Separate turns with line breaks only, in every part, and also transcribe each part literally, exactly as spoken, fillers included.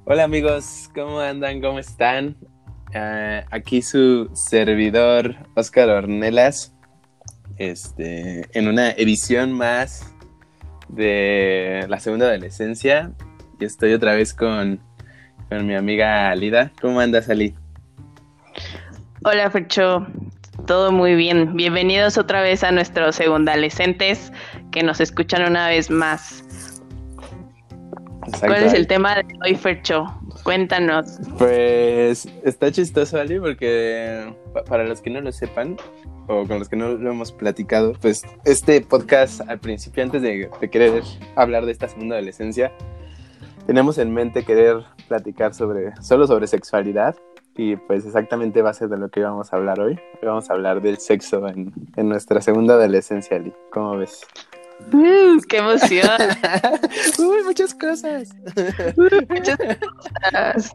Hola amigos, ¿cómo andan? ¿Cómo están? Ah, aquí su servidor Oscar Ornelas, este, en una edición más de la segunda adolescencia. Y estoy otra vez con, con mi amiga Alida. ¿Cómo andas, Ali?
Hola, Fercho. Todo muy bien. Bienvenidos otra vez a nuestros segundalescentes que nos escuchan una vez más. ¿Cuál
Exacto,
es el
Ali.
tema de hoy, Fercho? Cuéntanos.
Pues está chistoso, Ali, porque pa- para los que no lo sepan, o con los que no lo hemos platicado, pues este podcast al principio, antes de, de querer hablar de esta segunda adolescencia, tenemos en mente querer platicar sobre, solo sobre sexualidad, y pues exactamente va a ser de lo que íbamos a hablar hoy. Hoy vamos a hablar del sexo en, en nuestra segunda adolescencia, Ali. ¿Cómo ves?
¡Uh, qué emoción!
Uy, muchas cosas.
¡Uh, muchas cosas!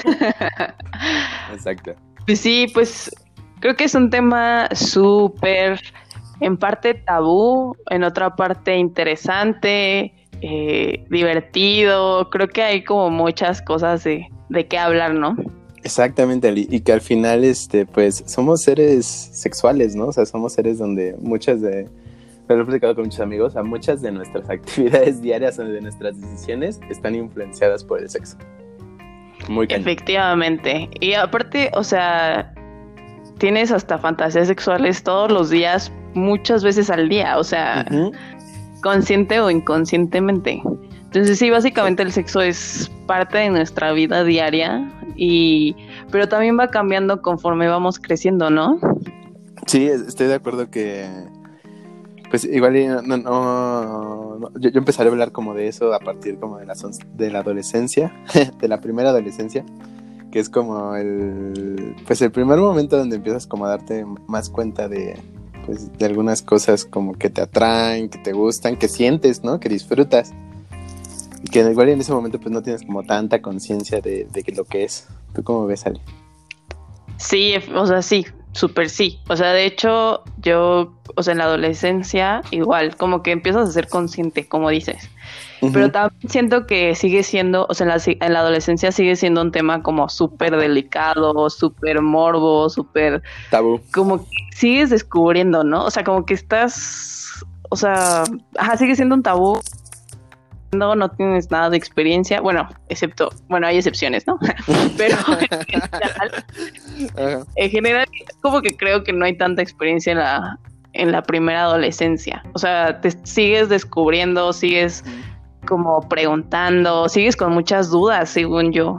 Exacto.
Pues sí, pues creo que es un tema súper, en parte tabú, en otra parte interesante, eh, divertido. Creo que hay como muchas cosas de, de qué hablar, ¿no?
Exactamente, Ali. Y que al final, este, pues, somos seres sexuales, ¿no? O sea, somos seres donde muchas de, lo he platicado con muchos amigos, a muchas de nuestras actividades diarias o de nuestras decisiones están influenciadas por el sexo. Muy cañón.
Efectivamente. Y aparte, o sea, tienes hasta fantasías sexuales todos los días, muchas veces al día, o sea,
Uh-huh.
consciente o inconscientemente. Entonces sí, básicamente el sexo es parte de nuestra vida diaria y pero también va cambiando conforme vamos creciendo, ¿no?
Sí, estoy de acuerdo que, pues, igual y no, no, no, no, yo, yo empezaré a hablar como de eso a partir como de la, son- de la adolescencia, de la primera adolescencia, que es como el, pues, el primer momento donde empiezas como a darte más cuenta de, pues, de algunas cosas como que te atraen, que te gustan, que sientes, ¿no? Que disfrutas. Y que igual en ese momento pues no tienes como tanta conciencia de, de lo que es. ¿Tú cómo ves, Ale?
Sí, o sea, sí, súper sí. O sea, de hecho, yo, o sea, en la adolescencia, igual, como que empiezas a ser consciente, como dices. Pero
Uh-huh.
también siento que sigue siendo, o sea, en la, en la adolescencia sigue siendo un tema como súper delicado, súper morbo, súper,
Tabú.
como que sigues descubriendo, ¿no? O sea, como que estás, o sea, ajá, sigue siendo un tabú, no, no tienes nada de experiencia, bueno, excepto, bueno, hay excepciones, ¿no? Pero en general,
Ajá.
en general, como que creo que no hay tanta experiencia en la, en la primera adolescencia. O sea, te sigues descubriendo, sigues
Uh-huh.
como preguntando, sigues con muchas dudas, según yo.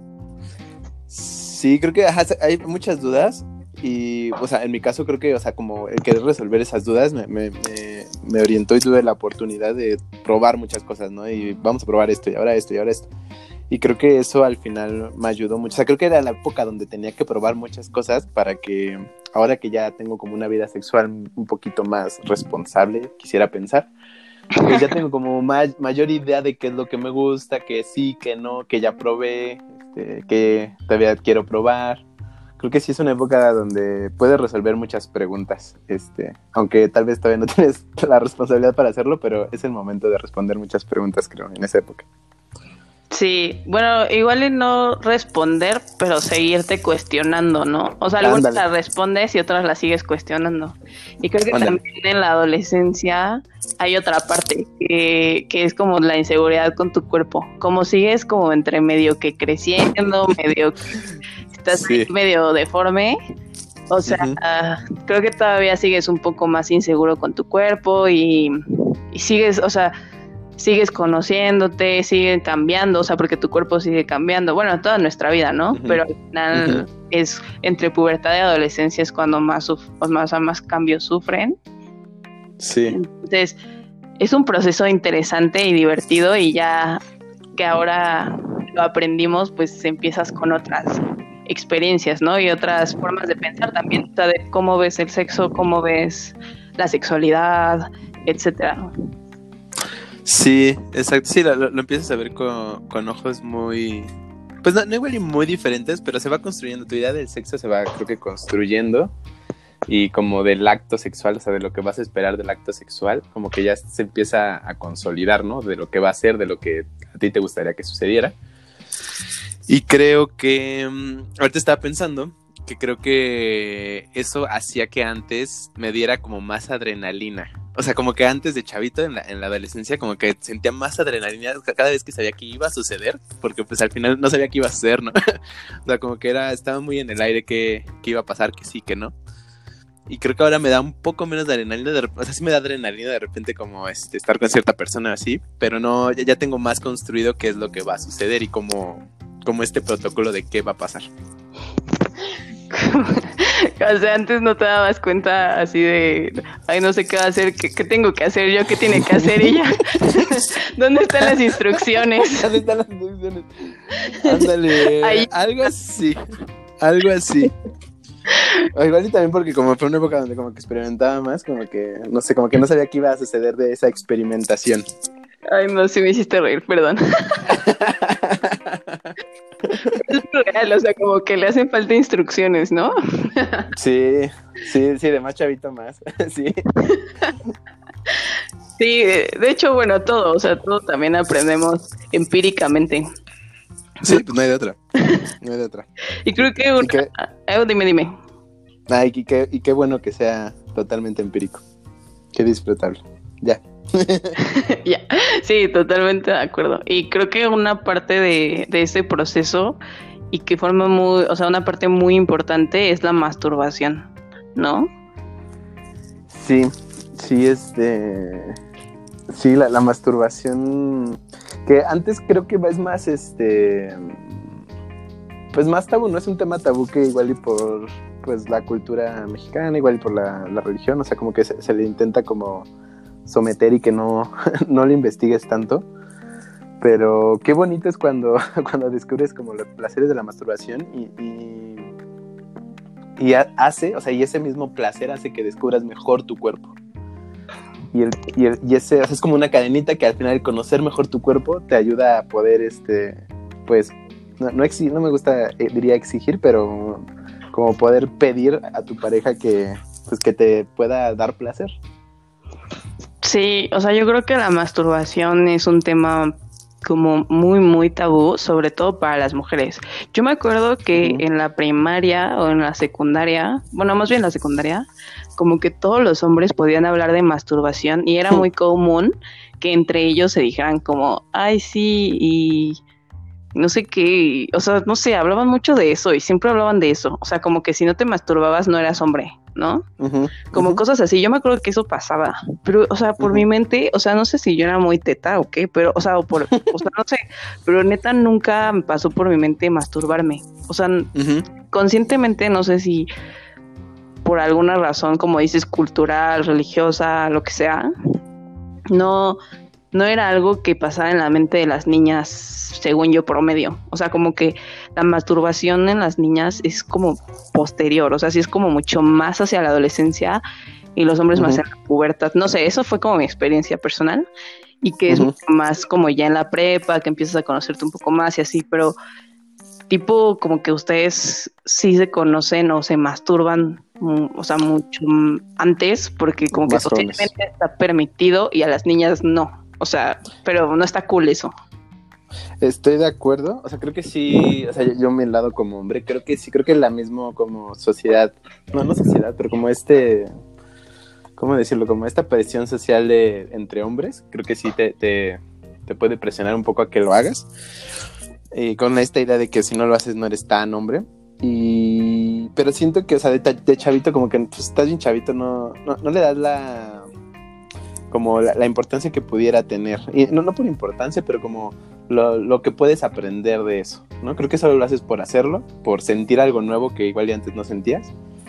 Sí, creo que ajá, hay muchas dudas y, o sea, en mi caso creo que, o sea, como el querer resolver esas dudas me, me, me, me orientó y tuve la oportunidad de probar muchas cosas, ¿no? Y vamos a probar esto y ahora esto y ahora esto. Y creo que eso al final me ayudó mucho. O sea, creo que era la época donde tenía que probar muchas cosas para que ahora que ya tengo como una vida sexual un poquito más responsable, quisiera pensar, pues ya tengo como ma- mayor idea de qué es lo que me gusta, que sí, que no, que ya probé, este, que todavía quiero probar. Creo que sí es una época donde puedes resolver muchas preguntas, este, aunque tal vez todavía no tienes la responsabilidad para hacerlo, pero es el momento de responder muchas preguntas, creo, en esa época.
Sí, bueno, igual y no responder, pero seguirte cuestionando, ¿no? O sea, algunas
Ándale,
las respondes y otras las sigues cuestionando. Y creo que
ándale.
también en la adolescencia hay otra parte que, que es como la inseguridad con tu cuerpo. Como sigues como entre medio que creciendo, medio que estás ahí
Sí.
medio deforme. O sea,
Uh-huh.
creo que todavía sigues un poco más inseguro con tu cuerpo y, y sigues, o sea, sigues conociéndote, sigue cambiando, o sea, porque tu cuerpo sigue cambiando, bueno, toda nuestra vida, ¿no?
Uh-huh.
Pero al
Uh-huh.
final es entre pubertad y adolescencia es cuando más, suf más, más cambios sufren.
Sí.
Entonces, es un proceso interesante y divertido y ya que ahora lo aprendimos, pues empiezas con otras experiencias, ¿no? Y otras formas de pensar también, o sea, de cómo ves el sexo, cómo ves la sexualidad, etcétera.
Sí, exacto. Sí, lo, lo empiezas a ver con, con ojos muy... Pues no, no igual y muy diferentes, pero se va construyendo. Tu idea del sexo se va, creo que, construyendo. Y como del acto sexual, o sea, de lo que vas a esperar del acto sexual, como que ya se empieza a consolidar, ¿no? De lo que va a ser, de lo que a ti te gustaría que sucediera. Y creo que, mm, ahorita estaba pensando que creo que eso hacía que antes me diera como más adrenalina. O sea, como que antes de chavito, en la, en la adolescencia, como que sentía más adrenalina cada vez que sabía que iba a suceder, porque pues al final no sabía qué iba a suceder, ¿no? O sea, como que era, estaba muy en el aire que, que iba a pasar, que sí, que no. Y creo que ahora me da un poco menos de adrenalina, de, o sea, sí me da adrenalina de repente como este, estar con cierta persona así, pero no, ya, ya tengo más construido qué es lo que va a suceder y como, como este protocolo de qué va a pasar.
O sea, antes no te dabas cuenta así de, ay, no sé qué va a hacer, qué, qué tengo que hacer yo, qué tiene que hacer ella. ¿Dónde están las instrucciones?
¿Dónde están las instrucciones? Ándale, Ahí. algo así, algo así. O igual y también porque como fue una época donde como que experimentaba más, como que, no sé, como que no sabía qué iba a suceder de esa experimentación.
Ay, no, sí me hiciste reír, perdón. Es real, o sea, como que le hacen falta instrucciones, ¿no?
Sí, sí, sí, de más chavito más, sí.
Sí, de hecho, bueno, todo, o sea, todo también aprendemos empíricamente.
Sí, pues no hay de otra, no hay de otra.
Y creo que una... que... Eh, dime, dime.
Ay, y qué, y qué bueno que sea totalmente empírico, qué disfrutable, ya.
Ya, sí, totalmente de acuerdo. Y creo que una parte de, de ese proceso y que forma muy, o sea, una parte muy importante es la masturbación, ¿no?
Sí, sí, este, sí, la, la masturbación, que antes creo que es más, este, pues más tabú, no es un tema tabú que igual y por, pues la cultura mexicana, igual y por la, la religión, o sea, como que se, se le intenta como someter y que no, no lo investigues tanto, pero qué bonito es cuando, cuando descubres como los placeres de la masturbación y, y, y hace, o sea, y ese mismo placer hace que descubras mejor tu cuerpo. Y, el, y, el, y ese o sea, es como una cadenita que al final conocer mejor tu cuerpo te ayuda a poder, este, pues, no, no, exi- no me gusta, eh, diría exigir, pero como poder pedir a tu pareja que, pues, que te pueda dar placer.
Sí, o sea, yo creo que la masturbación es un tema como muy, muy tabú, sobre todo para las mujeres. Yo me acuerdo que uh-huh. en la primaria o en la secundaria, bueno, más bien la secundaria, como que todos los hombres podían hablar de masturbación y era muy común que entre ellos se dijeran como, ay, sí, y no sé qué, o sea, no sé, hablaban mucho de eso y siempre hablaban de eso, o sea, como que si no te masturbabas no eras hombre, ¿no? Uh-huh, como uh-huh. cosas así, yo me acuerdo que eso pasaba, pero, o sea, por uh-huh. mi mente, o sea, no sé si yo era muy teta o qué, pero, o sea, o por, o sea, no sé, pero neta nunca me pasó por mi mente masturbarme, o sea, uh-huh. conscientemente no sé si por alguna razón, como dices, cultural, religiosa, lo que sea, no... no era algo que pasara en la mente de las niñas, según yo, promedio. O sea, como que la masturbación en las niñas es como posterior, o sea, sí es como mucho más hacia la adolescencia y los hombres uh-huh. más en la pubertad. No sé, eso fue como mi experiencia personal y que es uh-huh. más como ya en la prepa, que empiezas a conocerte un poco más y así, pero tipo como que ustedes sí se conocen o se masturban, o sea, mucho antes, porque como que socialmente está permitido y a las niñas no. O sea, pero no está cool eso.
Estoy de acuerdo, o sea, creo que sí, o sea, yo me lado como hombre, creo que sí, creo que la misma como sociedad, no, no sociedad, pero como este, ¿cómo decirlo? Como esta presión social de, entre hombres, creo que sí te, te, te puede presionar un poco a que lo hagas, y con esta idea de que si no lo haces no eres tan hombre, y pero siento que, o sea, de, de chavito, como que pues, estás bien chavito, no, no, no le das la... como la, la importancia que pudiera tener, y no, no por importancia, pero como lo, lo que puedes aprender de eso, ¿no? Creo que solo lo haces por hacerlo, por sentir algo nuevo que igual ya antes no sentías,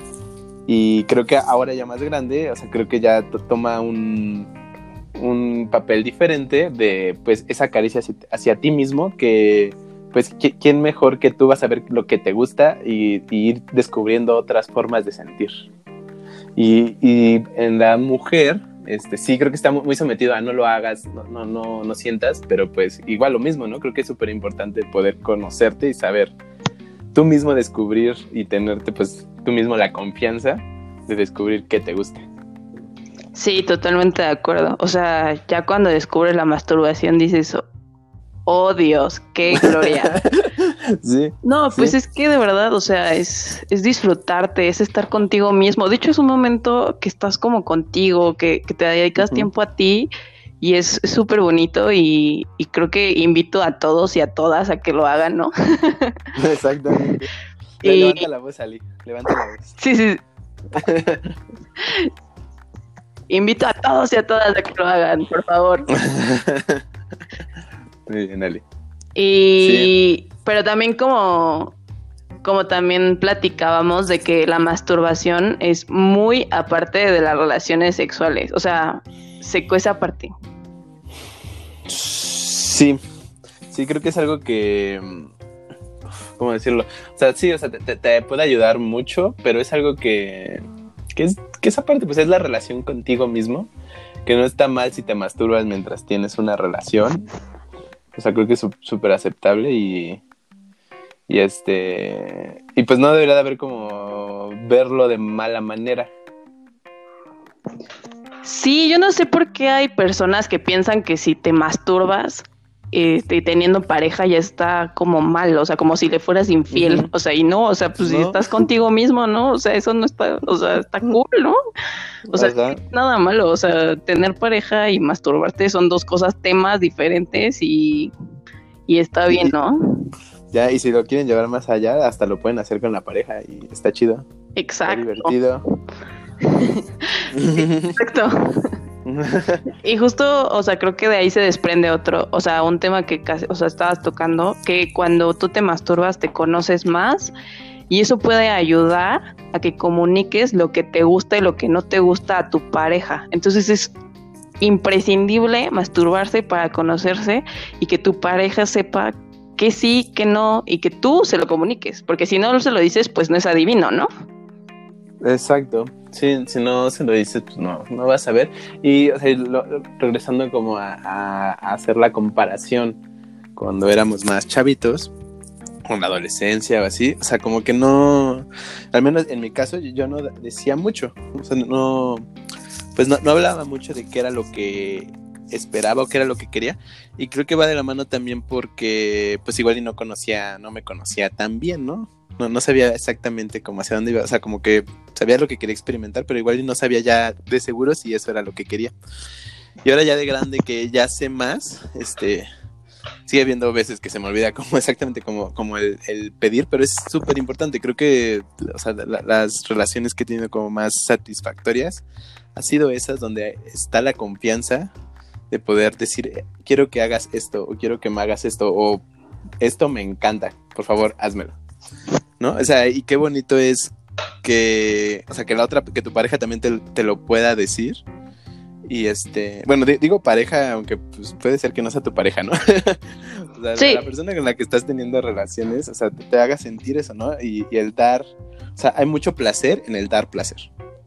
y creo que ahora ya más grande, o sea, creo que ya t- toma un, un papel diferente de, pues, esa caricia hacia, hacia ti mismo, que, pues, ¿quién mejor que tú vas a ver lo que te gusta y, y ir descubriendo otras formas de sentir? Y, y en la mujer... Este, sí, creo que está muy sometido a no lo hagas, no, no, no, no sientas, pero pues igual lo mismo, ¿no? Creo que es súper importante poder conocerte y saber tú mismo descubrir y tenerte pues tú mismo la confianza de descubrir qué te gusta.
Sí, totalmente de acuerdo. O sea, ya cuando descubres la masturbación dices, oh Dios, qué gloria.
Sí.
No,
Sí.
pues es que de verdad, o sea, es, es disfrutarte, es estar contigo mismo. De hecho, es un momento que estás como contigo, que, que te dedicas
Uh-huh.
tiempo a ti y es súper bonito y, y creo que invito a todos y a todas a que lo hagan, ¿no?
Exactamente. Le
Y
levanta la voz, Ali. Levanta la voz.
sí, sí, invito a todos y a todas a que lo hagan, por favor.
Muy bien, Ali. Sí.
Y, pero también como, como también platicábamos de que la masturbación es muy aparte de las relaciones sexuales, o sea, se esa aparte.
Sí. Sí, creo que es algo que... ¿Cómo decirlo? O sea, sí, o sea, te, te, te puede ayudar mucho, pero es algo que... Que es, que esa parte, pues, es la relación contigo mismo. Que no está mal si te masturbas mientras tienes una relación. O sea, creo que es súper aceptable y... Y este... Y pues no debería de haber como... Verlo de mala manera.
Sí, yo no sé por qué hay personas que piensan que si te masturbas este, teniendo pareja ya está como mal, o sea, como si le fueras infiel, uh-huh. O sea, y no, o sea, pues ¿no? Si estás contigo mismo, ¿no? O sea, eso no está, o sea, está cool, ¿no? O sea, no nada malo, o sea, tener pareja y masturbarte son dos cosas, temas diferentes y, y está bien, ¿no?
Ya, y si lo quieren llevar más allá, hasta lo pueden hacer con la pareja y está chido.
Exacto.
Está divertido.
Exacto. Y justo, o sea, creo que de ahí se desprende otro, o sea, un tema que casi, o sea, estabas tocando, que cuando tú te masturbas te conoces más y eso puede ayudar a que comuniques lo que te gusta y lo que no te gusta a tu pareja. Entonces es imprescindible masturbarse para conocerse y que tu pareja sepa que sí, que no y que tú se lo comuniques, porque si no se lo dices, pues no es adivino, ¿no?
Exacto. Sí, si no se lo dices, pues no, no vas a ver. Y o sea, lo, regresando como a, a, a hacer la comparación cuando éramos más chavitos, con la adolescencia o así, o sea, como que no, al menos en mi caso, yo, yo no decía mucho, o sea, no, pues no, no hablaba mucho de qué era lo que esperaba o qué era lo que quería, y creo que va de la mano también porque, pues igual y no conocía, no me conocía tan bien, ¿no? No, no sabía exactamente cómo hacia dónde iba, o sea, como que sabía lo que quería experimentar, pero igual no sabía ya de seguro si eso era lo que quería. Y ahora ya de grande que ya sé más, este, sigue habiendo veces que se me olvida como exactamente como, como el, el pedir, pero es súper importante. Creo que, o sea, la, las relaciones que he tenido como más satisfactorias han sido esas donde está la confianza de poder decir, quiero que hagas esto, o quiero que me hagas esto, o esto me encanta, por favor, házmelo. ¿No? O sea, y qué bonito es que, o sea, que la otra, que tu pareja también te, te lo pueda decir. Y este, bueno, d- digo pareja, aunque pues, puede ser que no sea tu pareja, ¿no? O sea, sí. La persona con la que estás teniendo relaciones, o sea, te, te haga sentir eso, ¿no? Y, y el dar, o sea, hay mucho placer en el dar placer.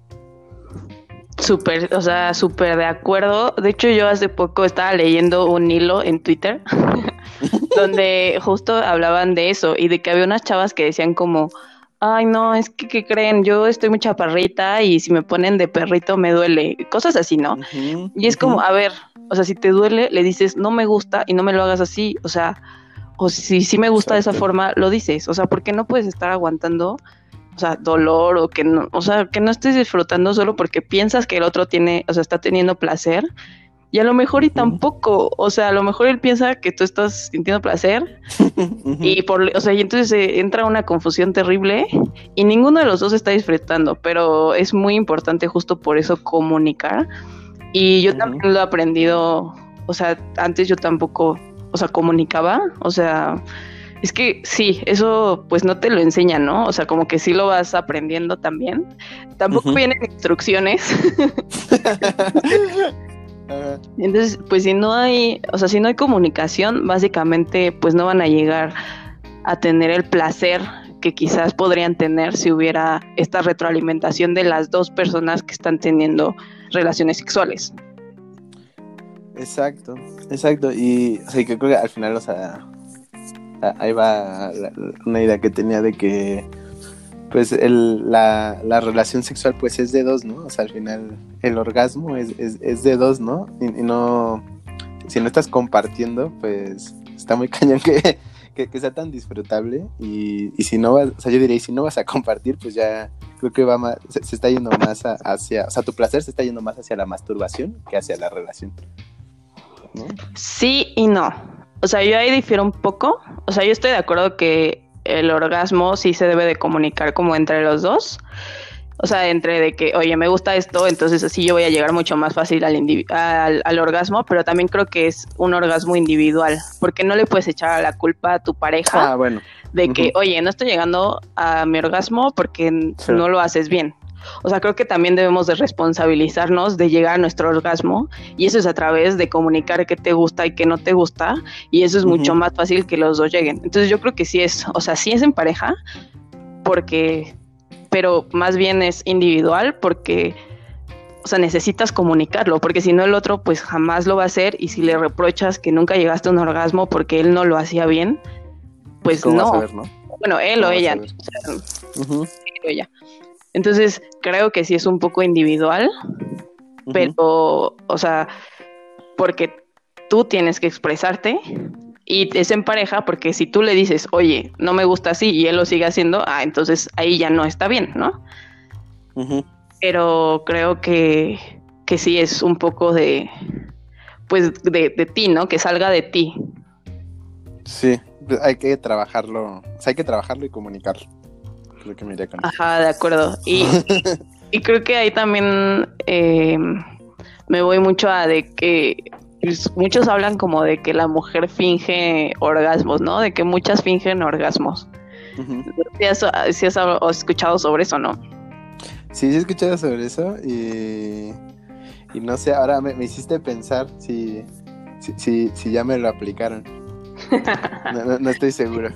Súper, o sea, súper de acuerdo. De hecho, yo hace poco estaba leyendo un hilo en Twitter donde justo hablaban de eso y de que había unas chavas que decían como, ay, no, es que, ¿qué creen? Yo estoy muy chaparrita y si me ponen de perrito me duele. Cosas así, ¿no? Uh-huh, y es uh-huh. como, a ver, o sea, si te duele, le dices, no me gusta y no me lo hagas así. O sea, o si sí me gusta Exacto. De esa forma, lo dices. O sea, porque no puedes estar aguantando, o sea, dolor o que no, o sea, que no estés disfrutando solo porque piensas que el otro tiene, o sea, está teniendo placer. Y a lo mejor y tampoco, o sea, a lo mejor él piensa que tú estás sintiendo placer uh-huh. y por, o sea, y entonces eh, entra una confusión terrible y ninguno de los dos está disfrutando, pero es muy importante justo por eso comunicar y yo uh-huh. también lo he aprendido, o sea, antes yo tampoco, o sea, comunicaba, o sea, es que sí, eso pues no te lo enseñan, ¿no? O sea, como que sí lo vas aprendiendo también, tampoco uh-huh. vienen instrucciones. Entonces, pues si no hay, o sea, si no hay comunicación, básicamente, pues no van a llegar a tener el placer que quizás podrían tener si hubiera esta retroalimentación de las dos personas que están teniendo relaciones sexuales.
Exacto, exacto, y o sea, que creo que al final, o sea, ahí va la, una idea que tenía de que pues el, la, la relación sexual pues es de dos, ¿no? O sea, al final el orgasmo es, es, es de dos, ¿no? Y, y no, si no estás compartiendo, pues está muy cañón que, que, que sea tan disfrutable y, y si no vas, o sea, yo diría, y si no vas a compartir, pues ya creo que va más, se, se está yendo más a, hacia, o sea, tu placer se está yendo más hacia la masturbación que hacia la relación, ¿no?
Sí y no. O sea, yo ahí difiero un poco. O sea, yo estoy de acuerdo que el orgasmo sí se debe de comunicar como entre los dos. O sea, entre de que, oye, me gusta esto, entonces así yo voy a llegar mucho más fácil al, indivi- al, al orgasmo, pero también creo que es un orgasmo individual, porque no le puedes echar la culpa a tu pareja
Ah, bueno.
de que,
Uh-huh.
oye, no estoy llegando a mi orgasmo porque
Sí.
no lo haces bien. O sea, creo que también debemos de responsabilizarnos de llegar a nuestro orgasmo, y eso es a través de comunicar qué te gusta y qué no te gusta, y eso es
Uh-huh.
mucho más fácil que los dos lleguen. Entonces yo creo que sí es, o sea, sí es en pareja, porque, pero más bien es individual, porque, o sea, necesitas comunicarlo, porque si no el otro pues jamás lo va a hacer, y si le reprochas que nunca llegaste a un orgasmo porque él no lo hacía bien, pues
¿Cómo
no.
vas a ver, no?
Bueno, él o ella, o sea,
uh-huh.
él o ella. Entonces creo que sí es un poco individual, uh-huh. pero, o sea, porque tú tienes que expresarte, y es en pareja, porque si tú le dices, oye, no me gusta así, y él lo sigue haciendo, ah, entonces ahí ya no está bien, ¿no? Uh-huh. Pero creo que, que sí es un poco de, pues, de, de ti, ¿no? Que salga de ti.
Sí, hay que trabajarlo, o sea, hay que trabajarlo y comunicarlo. Creo que me iría con
Ajá, eso. De acuerdo. Y, y creo que ahí también eh, me voy mucho a de que pues, muchos hablan como de que la mujer finge orgasmos, ¿no? De que muchas fingen orgasmos. Uh-huh. ¿Sí has, sí has escuchado sobre eso, no?
Sí, sí he escuchado sobre eso y, y no sé, ahora me, me hiciste pensar si, si, si, si ya me lo aplicaron. No, no, no estoy seguro.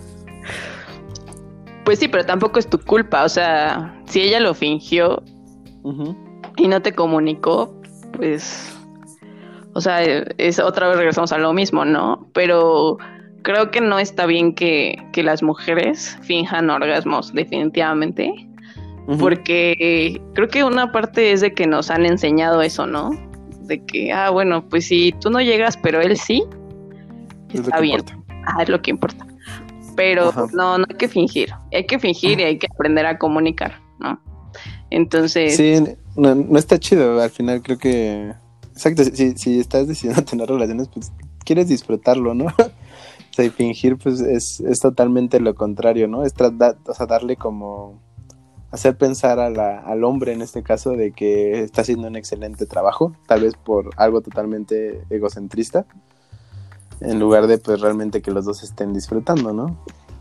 Pues sí, pero tampoco es tu culpa, o sea, si ella lo fingió uh-huh. y no te comunicó, pues, o sea, es otra vez regresamos a lo mismo, ¿no? Pero creo que no está bien que, que las mujeres finjan orgasmos, definitivamente, uh-huh. porque creo que una parte es de que nos han enseñado eso, ¿no? De que, ah, bueno, pues si tú no llegas, pero él sí, está bien. Importa. Ah, es lo que importa. Pero Ajá. no, no hay que fingir, hay que fingir y hay que aprender a comunicar, ¿no? Entonces...
Sí, no, no está chido, al final creo que... Exacto, si, si estás decidiendo tener relaciones, pues quieres disfrutarlo, ¿no? O sea, y fingir, pues es, es totalmente lo contrario, ¿no? Es tratar, o sea, darle como... hacer pensar a la, al hombre en este caso de que está haciendo un excelente trabajo, tal vez por algo totalmente egocentrista, en lugar de pues realmente que los dos estén disfrutando, ¿no?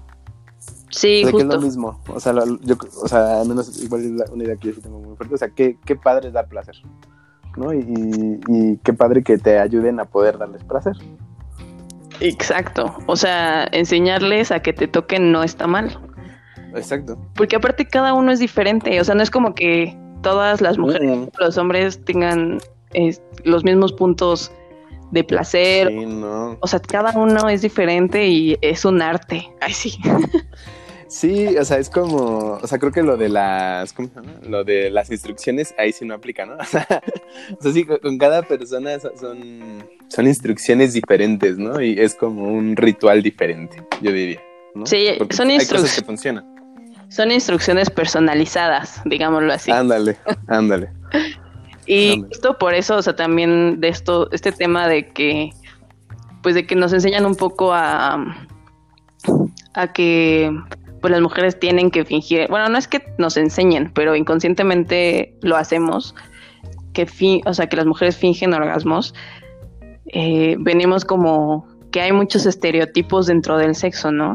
Sí,
o sea,
justo.
Que es lo mismo, o sea, lo, yo, o sea, al menos igual es la, una idea que yo sí tengo muy fuerte, o sea, qué, qué padre es dar placer, ¿no? Y, y, y qué padre que te ayuden a poder darles placer.
Exacto, o sea, enseñarles a que te toquen no está mal.
Exacto.
Porque aparte cada uno es diferente, o sea, no es como que todas las mujeres, mm. los hombres tengan eh, los mismos puntos de placer.
Sí, no.
O sea, cada uno es diferente y es un arte. Ay, sí.
Sí, o sea, es como, o sea, creo que lo de las, ¿cómo se llama? Lo de las instrucciones, ahí sí no aplica, ¿no? O sea, o sea sí, con cada persona son, son instrucciones diferentes, ¿no? Y es como un ritual diferente, yo diría, ¿no?
Sí,
Porque
son
hay
instru-
cosas que funcionan.
Son instrucciones personalizadas, digámoslo así.
Ándale, ándale.
Y
ándale.
Esto por eso, o sea, también de esto, este tema de que, pues de que nos enseñan un poco a, a que pues las mujeres tienen que fingir, bueno, no es que nos enseñen, pero inconscientemente lo hacemos, que fi- o sea, que las mujeres fingen orgasmos, eh, venimos como que hay muchos estereotipos dentro del sexo, ¿no?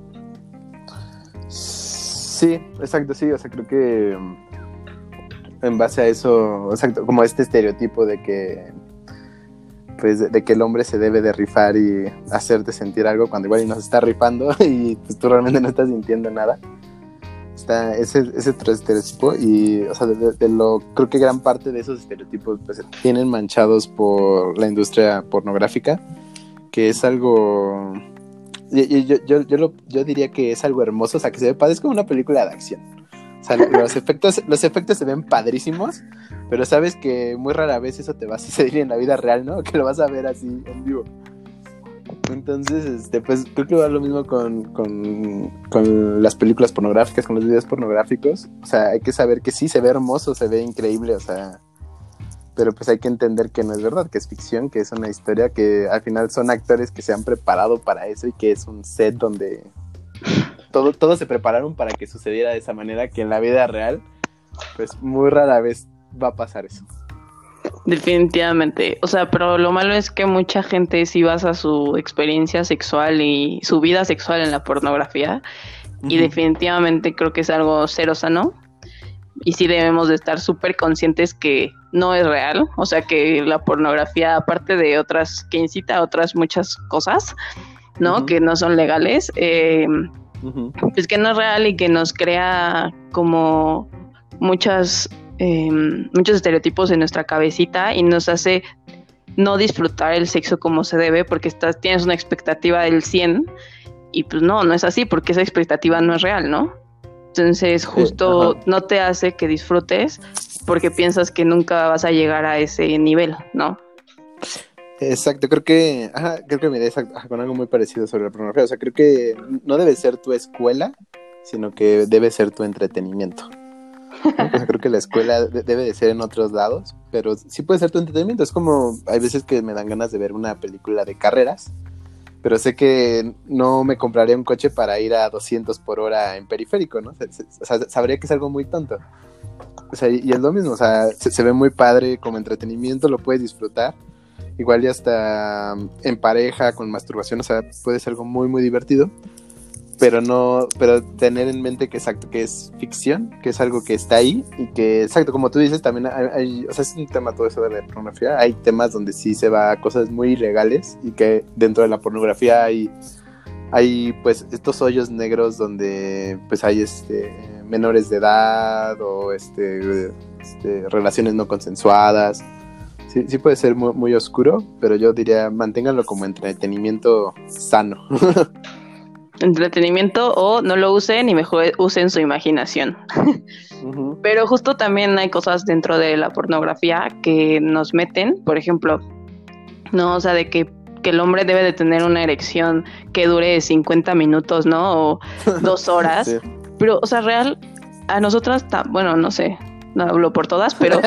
Sí, exacto, sí, o sea, creo que en base a eso, exacto, como este estereotipo de que pues de, de que el hombre se debe de rifar y hacerte sentir algo cuando igual nos está rifando y pues tú realmente no estás sintiendo nada. Está ese, ese otro estereotipo y, o sea, de, de lo, creo que gran parte de esos estereotipos pues tienen manchados por la industria pornográfica, que es algo, yo, yo, yo, yo, lo, yo diría que es algo hermoso, o sea, que se ve padre, es como una película de acción. O sea, los efectos, los efectos se ven padrísimos, pero sabes que muy rara vez eso te va a suceder en la vida real, ¿no? Que lo vas a ver así en vivo. Entonces, este, pues creo que va lo mismo con, con, con las películas pornográficas, con los videos pornográficos. O sea, hay que saber que sí, se ve hermoso, se ve increíble, o sea, pero pues hay que entender que no es verdad, que es ficción, que es una historia, que al final son actores que se han preparado para eso y que es un set donde todo, todos se prepararon para que sucediera de esa manera, que en la vida real, pues muy rara vez va a pasar eso.
Definitivamente, o sea, pero lo malo es que mucha gente sí basa su experiencia sexual y su vida sexual en la pornografía, uh-huh. Y definitivamente creo que es algo cero sano, y sí debemos de estar súper conscientes que no es real, o sea, que la pornografía, aparte de otras, que incita a otras muchas cosas, ¿no? Uh-huh. Que no son legales, eh, uh-huh. Pues que no es real y que nos crea como muchas... Eh, muchos estereotipos en nuestra cabecita y nos hace no disfrutar el sexo como se debe porque estás, tienes una expectativa del cien y pues no, no es así porque esa expectativa no es real, ¿no? Entonces justo sí, no te hace que disfrutes porque piensas que nunca vas a llegar a ese nivel, ¿no?
Exacto, creo que ajá, creo que me iré con algo muy parecido sobre la pornografía, o sea, creo que no debe ser tu escuela, sino que debe ser tu entretenimiento. ¿No? O sea, creo que la escuela de- debe de ser en otros lados, pero sí puede ser tu entretenimiento. Es como, hay veces que me dan ganas de ver una película de carreras, pero sé que no me compraría un coche para ir a doscientos por hora en periférico, ¿no? O sea, sabría que es algo muy tonto. O sea, y es lo mismo, o sea, se, se ve muy padre como entretenimiento, lo puedes disfrutar. Igual y hasta en pareja, con masturbación, o sea, puede ser algo muy, muy divertido. Pero no, pero tener en mente que exacto, que es ficción, que es algo que está ahí y que, exacto, como tú dices, también hay, hay, o sea, es un tema todo eso de la pornografía, hay temas donde sí se va a cosas muy ilegales y que dentro de la pornografía hay, hay pues estos hoyos negros donde pues hay este menores de edad o este, este relaciones no consensuadas. Sí, sí puede ser muy, muy oscuro, pero yo diría manténganlo como entretenimiento sano.
Entretenimiento o no lo usen y mejor usen su imaginación. Uh-huh. Pero justo también hay cosas dentro de la pornografía que nos meten, por ejemplo, no, o sea, de que, que el hombre debe de tener una erección que dure cincuenta minutos, ¿no? O dos horas. Sí. Pero, o sea, real, a nosotras, ta- bueno, no sé, no hablo por todas, pero...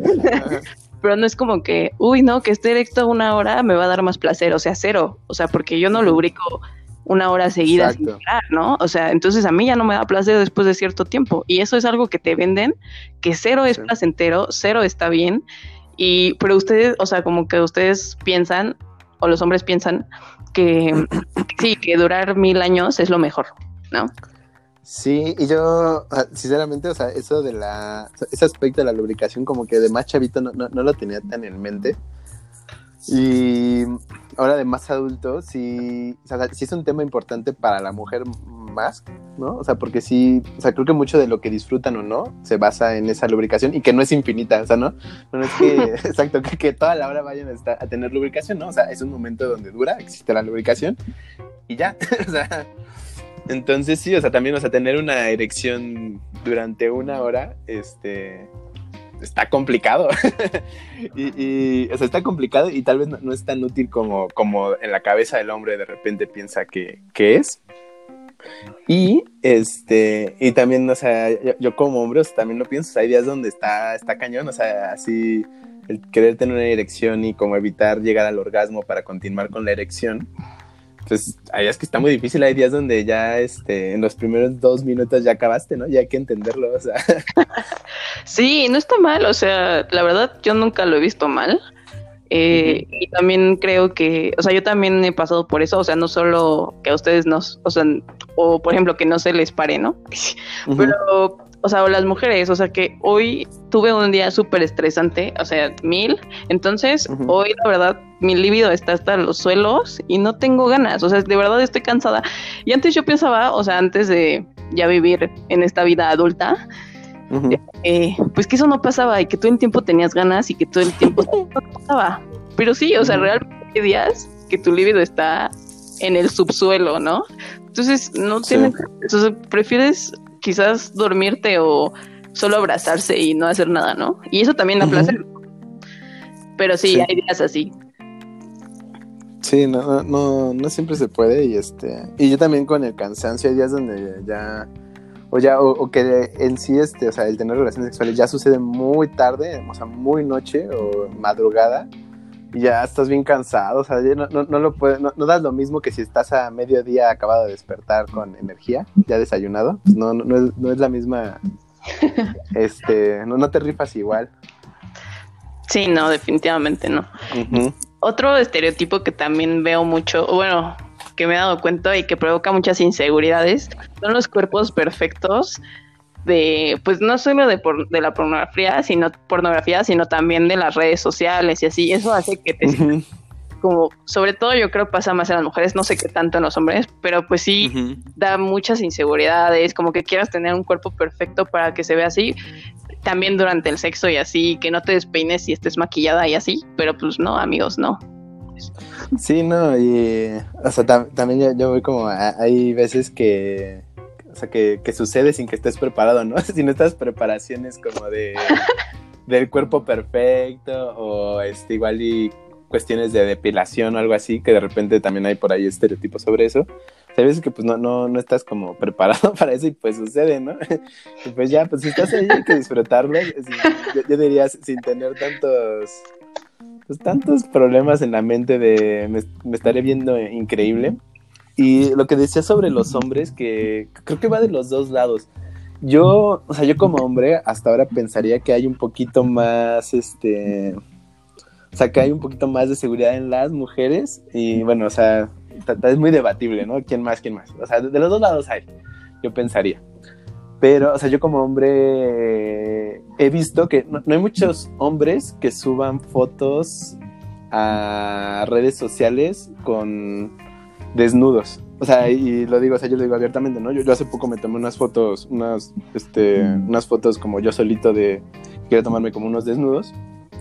pero no es como que, uy, no, que esté erecto una hora me va a dar más placer, o sea, cero. O sea, porque yo no uh-huh. lubrico una hora seguida Exacto. sin parar, ¿no? O sea, entonces a mí ya no me da placer después de cierto tiempo. Y eso es algo que te venden, que cero es sí. placentero, cero está bien. Y, pero ustedes, o sea, como que ustedes piensan, o los hombres piensan, que, que sí, que durar mil años es lo mejor, ¿no?
Sí, y yo, sinceramente, o sea, eso de la, ese aspecto de la lubricación como que de más chavito no, no, no lo tenía tan en mente. Y ahora de más adulto, sí, o sea, sí es un tema importante para la mujer más, ¿no? O sea, porque sí, o sea, creo que mucho de lo que disfrutan o no se basa en esa lubricación y que no es infinita, o sea, ¿no? No es que, exacto, que, que toda la hora vayan a, estar, a tener lubricación, ¿no? O sea, es un momento donde dura, existe la lubricación y ya, o sea, entonces sí, o sea, también, o sea, tener una erección durante una hora, este... está complicado y, y o sea, está complicado y tal vez no, no es tan útil como, como en la cabeza del hombre de repente piensa que, que es. Y este y también, o sea, yo, yo como hombre, o sea, también lo pienso, o sea, hay días donde está, está cañón, o sea, así el querer tener una erección y como evitar llegar al orgasmo para continuar con la erección. Pues hay días que está muy difícil, hay días donde ya este, en los primeros dos minutos ya acabaste, ¿no? Ya hay que entenderlo, o sea.
Sí, no está mal, o sea, la verdad yo nunca lo he visto mal. Eh, uh-huh. Y también creo que, o sea, yo también he pasado por eso, o sea, no solo que a ustedes nos, o sea, o por ejemplo que no se les pare, ¿no? Uh-huh. Pero, o sea, o las mujeres, o sea, que hoy tuve un día súper estresante, o sea, mil, entonces uh-huh. hoy la verdad mi libido está hasta los suelos y no tengo ganas, o sea, de verdad estoy cansada. Y antes yo pensaba, o sea, antes de ya vivir en esta vida adulta, uh-huh. eh, pues que eso no pasaba y que todo el tiempo tenías ganas y que todo el tiempo no pasaba. Pero sí, o sea, uh-huh. realmente hay días que tu libido está en el subsuelo, ¿no? Entonces, no tienes, sí. Entonces prefieres quizás dormirte o solo abrazarse y no hacer nada, ¿no? Y eso también da uh-huh. placer. Pero sí, sí, hay días así.
Sí, no, no, no, no siempre se puede y este, y yo también con el cansancio hay días donde ya, o ya, o, o que en sí este, o sea, el tener relaciones sexuales ya sucede muy tarde, o sea, muy noche o madrugada, y ya estás bien cansado, o sea, ya no, no, no lo puedes, no, no das lo mismo que si estás a mediodía acabado de despertar con energía, ya desayunado, pues no, no, no es, no es la misma, este, no, no te rifas igual.
Sí, no, definitivamente no.
Uh-huh.
Otro estereotipo que también veo mucho, bueno, que me he dado cuenta y que provoca muchas inseguridades, son los cuerpos perfectos de, pues no solo de, por, de la pornografía, sino pornografía, sino también de las redes sociales y así. Eso hace que te uh-huh. como, sobre todo yo creo pasa más en las mujeres, no sé qué tanto en los hombres, pero pues sí uh-huh. da muchas inseguridades, como que quieras tener un cuerpo perfecto para que se vea así, también durante el sexo y así, que no te despeines y estés maquillada y así, pero pues no, amigos, no.
Sí, no, y o sea, tam- también yo, yo voy como, a, hay veces que, o sea, que, que sucede sin que estés preparado, ¿no? Si no estás preparaciones como de del cuerpo perfecto o este igual y cuestiones de depilación o algo así, que de repente también hay por ahí estereotipos sobre eso. O sea, hay veces que pues no, no, no estás como preparado para eso y pues sucede, ¿no? Y pues ya, pues si estás ahí hay que disfrutarlo, yo, yo diría sin tener tantos, pues tantos problemas en la mente de me, me estaré viendo increíble. Y lo que decía sobre los hombres, que creo que va de los dos lados. Yo, o sea, yo como hombre hasta ahora pensaría que hay un poquito más, este... O sea, que hay un poquito más de seguridad en las mujeres y bueno, o sea, es muy debatible, ¿no? ¿Quién más, quién más? O sea, de los dos lados hay, yo pensaría. Pero, o sea, yo como hombre eh, he visto que no, no hay muchos hombres que suban fotos a redes sociales con desnudos. O sea, y lo digo, o sea, yo lo digo abiertamente, ¿no? Yo, yo hace poco me tomé unas fotos, unas, este, unas fotos como yo solito de, quiero tomarme como unos desnudos.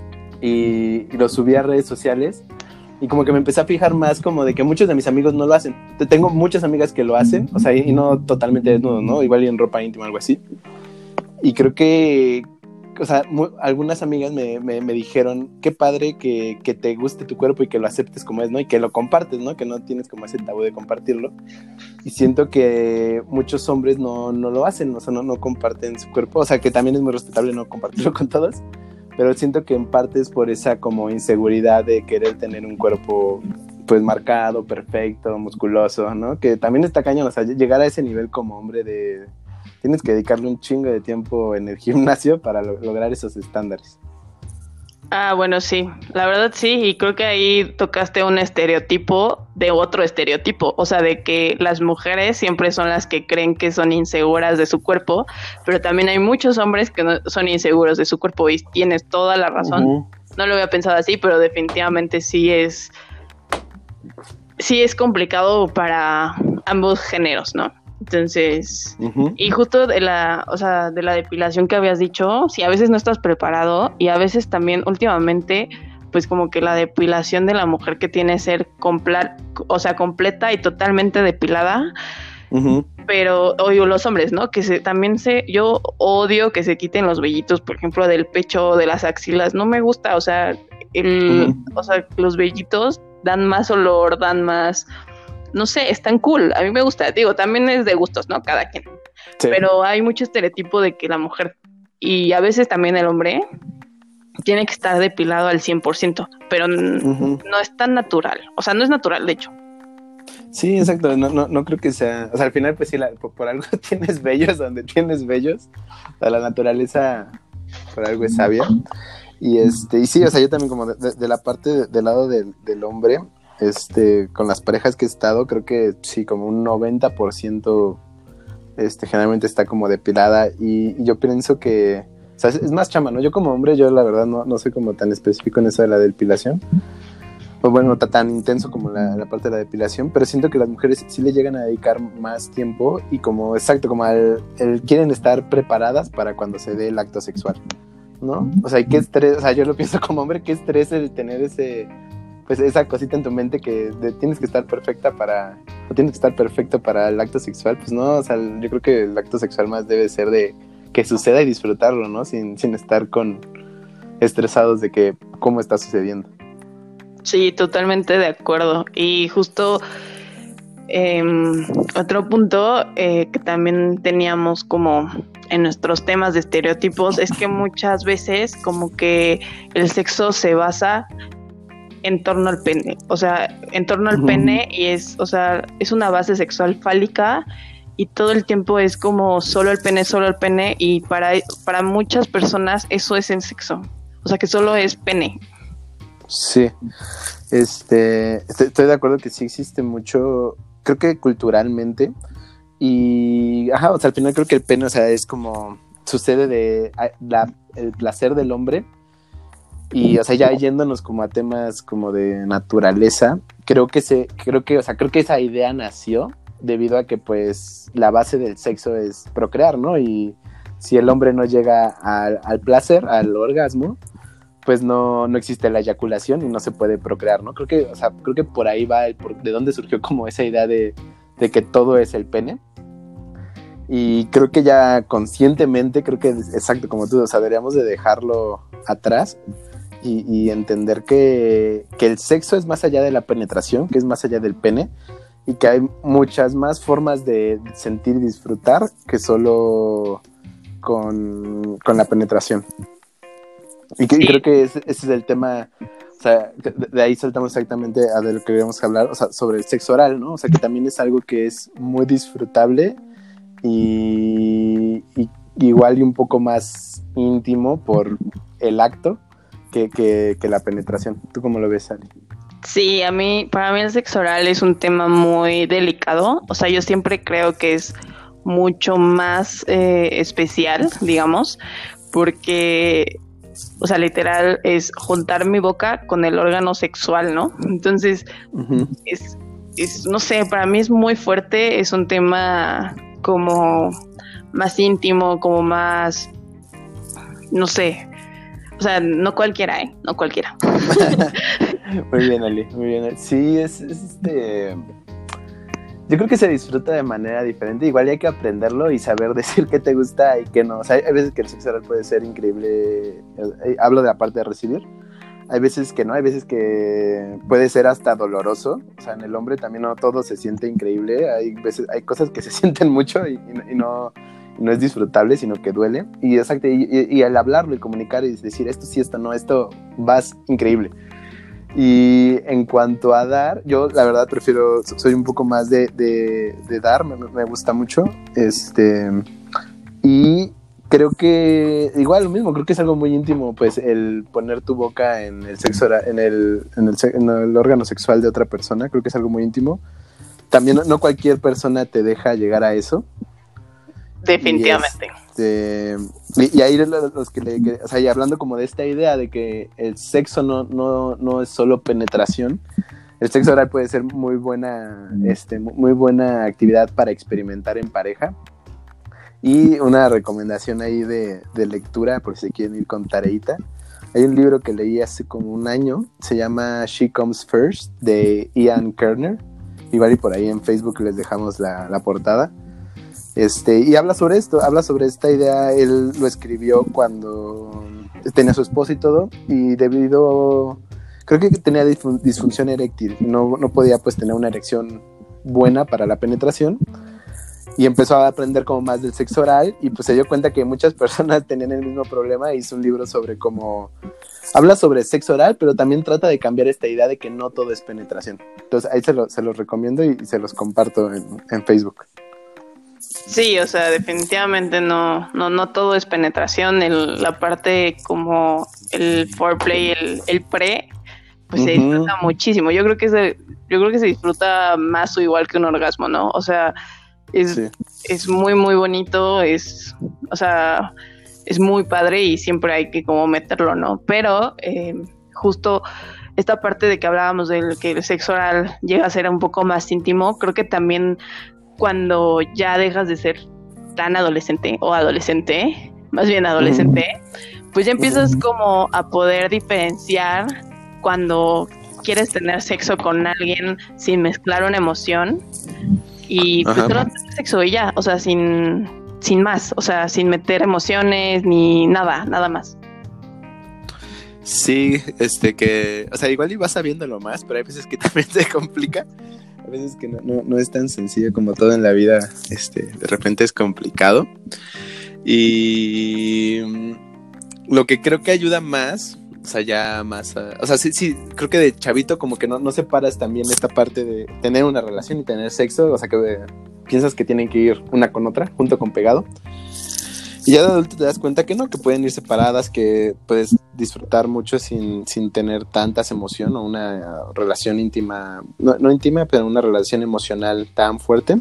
Y, y lo subí a redes sociales y como que me empecé a fijar más como de que muchos de mis amigos no lo hacen. Tengo muchas amigas que lo hacen, o sea, y, y no totalmente desnudos, ¿no? Igual y en ropa íntima, algo así. Y creo que, o sea, muy, algunas amigas me, me, me dijeron, qué padre que, que te guste tu cuerpo y que lo aceptes como es, ¿no? Y que lo compartes, ¿no? Que no tienes como ese tabú de compartirlo. Y siento que muchos hombres no, no lo hacen, o sea, no, no comparten su cuerpo. O sea, que también es muy respetable no compartirlo con todos. Pero siento que en parte es por esa como inseguridad de querer tener un cuerpo pues marcado, perfecto, musculoso, ¿no? Que también está cañón, o sea, llegar a ese nivel como hombre de... Tienes que dedicarle un chingo de tiempo en el gimnasio para lo- lograr esos estándares.
Ah, bueno, sí, la verdad sí, y creo que ahí tocaste un estereotipo de otro estereotipo, o sea, de que las mujeres siempre son las que creen que son inseguras de su cuerpo, pero también hay muchos hombres que no son inseguros de su cuerpo y tienes toda la razón. Uh-huh. No lo había pensado así, pero definitivamente sí es, sí es complicado para ambos géneros, ¿no? Entonces, uh-huh. y justo de la, o sea, de la depilación que habías dicho, sí, a veces no estás preparado y a veces también últimamente, pues como que la depilación de la mujer que tiene que ser compla- o sea, completa y totalmente depilada, uh-huh. pero, o los hombres, ¿no? Que se, también se, yo odio que se quiten los vellitos, por ejemplo, del pecho, de las axilas, no me gusta, o sea, el, uh-huh. o sea, los vellitos dan más olor, dan más... No sé, es tan cool, a mí me gusta, digo, también es de gustos, ¿no? Cada quien, sí. Pero hay mucho estereotipo de que la mujer, y a veces también el hombre, tiene que estar depilado al cien por ciento, pero uh-huh. no es tan natural, o sea, no es natural, de hecho.
Sí, exacto, no, no, no creo que sea, o sea, al final, pues sí, la, por, por algo tienes vellos donde tienes vellos, o sea, la naturaleza por algo es sabia, y este, y sí, o sea, yo también como de, de, de la parte de, del lado del, del hombre, Este, con las parejas que he estado, creo que sí, como un noventa por ciento este, generalmente está como depilada y, y yo pienso que, o sea, es, es más chamba, ¿no? Yo como hombre, yo la verdad no, no soy como tan específico en eso de la depilación, o bueno, t- tan intenso como la, la parte de la depilación, pero siento que las mujeres sí le llegan a dedicar más tiempo y como, exacto, como al, el, quieren estar preparadas para cuando se dé el acto sexual, ¿no? O sea, qué estrés, o sea, yo lo pienso como hombre, qué estrés el tener ese... pues esa cosita en tu mente que de, tienes que estar perfecta para, o tienes que estar perfecto para el acto sexual, pues no, o sea, yo creo que el acto sexual más debe ser de que suceda y disfrutarlo, ¿no? Sin, sin estar con estresados de que cómo está sucediendo.
Sí, totalmente de acuerdo. Y justo eh, otro punto eh, que también teníamos como en nuestros temas de estereotipos es que muchas veces como que el sexo se basa en torno al pene, o sea, en torno al pene y es, o sea, es una base sexual fálica y todo el tiempo es como solo el pene, solo el pene y para, para muchas personas eso es el sexo, o sea, que solo es pene.
Sí, este, estoy, estoy de acuerdo que sí existe mucho, creo que culturalmente y, ajá, o sea, al final creo que el pene, o sea, es como, sucede de la, el placer del hombre. Y, o sea, ya yéndonos como a temas como de naturaleza, creo que se, creo que, o sea, creo que esa idea nació debido a que, pues, la base del sexo es procrear, ¿no? Y si el hombre no llega al, al placer, al orgasmo, pues no, no existe la eyaculación y no se puede procrear, ¿no? Creo que, o sea, creo que por ahí va el, por, de dónde surgió como esa idea de, de que todo es el pene. Y creo que ya conscientemente, creo que, exacto, como tú, o sea, deberíamos de dejarlo atrás. Y, y entender que, que el sexo es más allá de la penetración, que es más allá del pene, y que hay muchas más formas de sentir y disfrutar que solo con, con la penetración. Y, que, sí. y creo que ese, ese es el tema, o sea, de, de ahí saltamos exactamente a de lo que queríamos hablar, o sea, sobre el sexo oral, ¿no? O sea, que también es algo que es muy disfrutable y, y igual y un poco más íntimo por el acto. Que, que, que la penetración. ¿Tú cómo lo ves, Ali?
Sí, a mí, para mí el sexo oral es un tema muy delicado. O sea, yo siempre creo que es mucho más eh, especial, digamos, porque, o sea, literal es juntar mi boca con el órgano sexual, ¿no? Entonces, uh-huh. es, es, no sé, para mí es muy fuerte, es un tema como más íntimo, como más, no sé. O sea, no cualquiera, ¿eh? No cualquiera.
Muy bien, Ali, muy bien. Sí, es, es este... Yo creo que se disfruta de manera diferente. Igual hay que aprenderlo y saber decir qué te gusta y qué no. O sea, hay veces que el sexo oral puede ser increíble. Hablo de la parte de recibir. Hay veces que no, hay veces que puede ser hasta doloroso. O sea, en el hombre también no todo se siente increíble. Hay veces, hay cosas que se sienten mucho y, y no... no es disfrutable, sino que duele. Y exacto, y, y, y al hablarlo y comunicar y decir esto sí, esto no, esto vas increíble. Y en cuanto a dar, yo la verdad prefiero, soy un poco más de, de, de dar, me, me gusta mucho. Este, y creo que igual lo mismo, creo que es algo muy íntimo, pues el poner tu boca en el sexo, en el, en el, en el órgano sexual de otra persona, creo que es algo muy íntimo. También no, no cualquier persona te deja llegar a eso.
Definitivamente.
Y, este, y, y ahí los, los que le, que, o sea, y hablando como de esta idea de que el sexo no, no, no es solo penetración, el sexo oral puede ser muy buena, este, muy buena actividad para experimentar en pareja. Y una recomendación ahí de, de lectura, por si se quieren ir con tareita. Hay un libro que leí hace como un año, se llama She Comes First, de Ian Kerner. Igual y por ahí en Facebook les dejamos la, la portada. Este, y habla sobre esto, habla sobre esta idea. Él lo escribió cuando tenía a su esposa y todo, y debido, creo que tenía disfunción eréctil, no, no podía pues tener una erección buena para la penetración, y empezó a aprender como más del sexo oral, y pues se dio cuenta que muchas personas tenían el mismo problema, e hizo un libro sobre cómo, habla sobre sexo oral, pero también trata de cambiar esta idea de que no todo es penetración. Entonces ahí se, lo, se los recomiendo y se los comparto en, en Facebook.
Sí, o sea, definitivamente no, no, no todo es penetración. El, la parte como el foreplay, el, el pre, pues uh-huh. se disfruta muchísimo. Yo creo que se, yo creo que se disfruta más o igual que un orgasmo, ¿no? O sea, es, sí. es muy, muy bonito, es, o sea, es muy padre y siempre hay que como meterlo, ¿no? Pero eh, justo esta parte de que hablábamos del que el sexo oral llega a ser un poco más íntimo, creo que también cuando ya dejas de ser tan adolescente o adolescente, más bien adolescente, uh-huh. pues ya empiezas uh-huh. como a poder diferenciar cuando quieres tener sexo con alguien sin mezclar una emoción y pues solo tener sexo y ya, o sea, sin, sin más, o sea, sin meter emociones ni nada, nada más.
Sí, este que, o sea, igual y vas sabiéndolo más, pero hay veces que también se complica. A veces que no, no, no es tan sencillo como todo en la vida, este, de repente es complicado. Y lo que creo que ayuda más, o sea, ya más, a, o sea, sí, sí, creo que de chavito como que no, no separas también esta parte de tener una relación y tener sexo, o sea, que eh, piensas que tienen que ir una con otra, junto con pegado. Y ya de adulto te das cuenta que no, que pueden ir separadas, que puedes disfrutar mucho sin, sin tener tantas emociones o una relación íntima, no, no íntima, pero una relación emocional tan fuerte.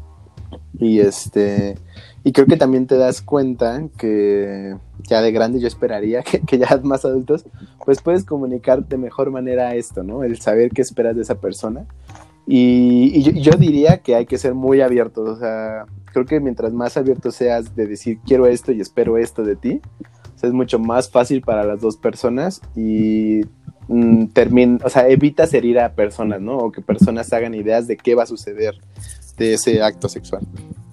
Y este y creo que también te das cuenta que ya de grande yo esperaría que, que ya más adultos, pues puedes comunicar de mejor manera esto, ¿no? El saber qué esperas de esa persona. Y, y yo, yo diría que hay que ser muy abiertos, o sea, creo que mientras más abierto seas de decir quiero esto y espero esto de ti, o sea, es mucho más fácil para las dos personas y mm, termin, o sea, evitas herir a personas, ¿no? O que personas hagan ideas de qué va a suceder de ese acto sexual.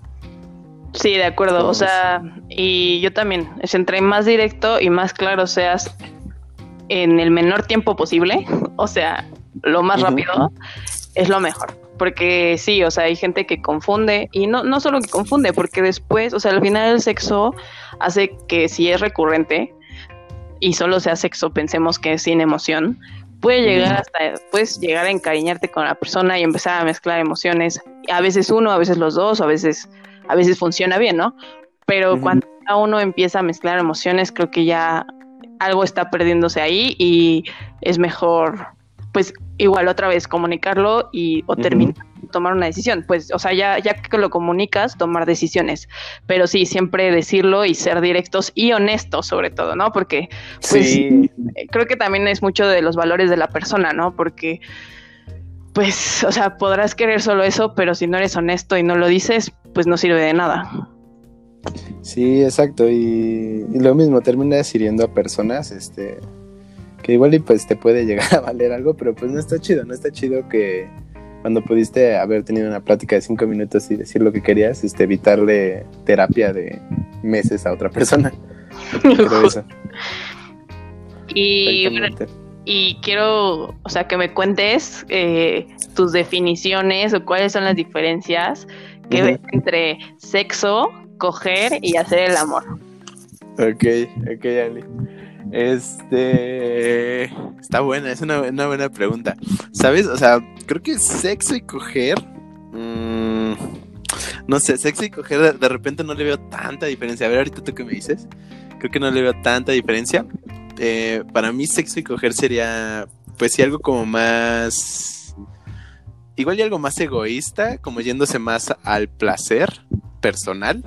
Sí, de acuerdo, o sea, y yo también, es entre más directo y más claro seas en el menor tiempo posible, o sea, lo más uh-huh. rápido, es lo mejor. Porque sí, o sea, hay gente que confunde, y no, no solo que confunde, porque después, o sea, al final el sexo hace que si es recurrente y solo sea sexo, pensemos que es sin emoción, puede llegar hasta, puedes llegar a encariñarte con la persona y empezar a mezclar emociones, a veces uno, a veces los dos, a veces, a veces funciona bien, ¿no? Pero uh-huh. cuando uno empieza a mezclar emociones, creo que ya algo está perdiéndose ahí y es mejor, pues, igual otra vez comunicarlo y o terminar, uh-huh. tomar una decisión, pues, o sea, ya, ya que lo comunicas, tomar decisiones, pero sí, siempre decirlo y ser directos y honestos sobre todo, ¿no? Porque, pues, sí. creo que también es mucho de los valores de la persona, ¿no? Porque, pues, o sea, podrás querer solo eso, pero si no eres honesto y no lo dices, pues no sirve de nada.
Sí, exacto, y, y lo mismo, terminas hiriendo a personas, este... que igual y pues te puede llegar a valer algo, pero pues no está chido, no está chido que cuando pudiste haber tenido una plática de cinco minutos y decir lo que querías, este, evitarle terapia de meses a otra persona. Creo eso.
Y, y quiero, o sea, que me cuentes eh, tus definiciones o cuáles son las diferencias que uh-huh. ves entre sexo, coger y hacer el amor.
Ok, ok, Ali. Este... Está buena, es una, una buena pregunta. ¿Sabes? O sea, creo que sexo y coger... Mmm, no sé, sexo y coger de, de repente no le veo tanta diferencia. A ver, ahorita tú qué me dices. Creo que no le veo tanta diferencia. Eh, para mí sexo y coger sería... Pues sí, algo como más... Igual y algo más egoísta, como yéndose más al placer personal.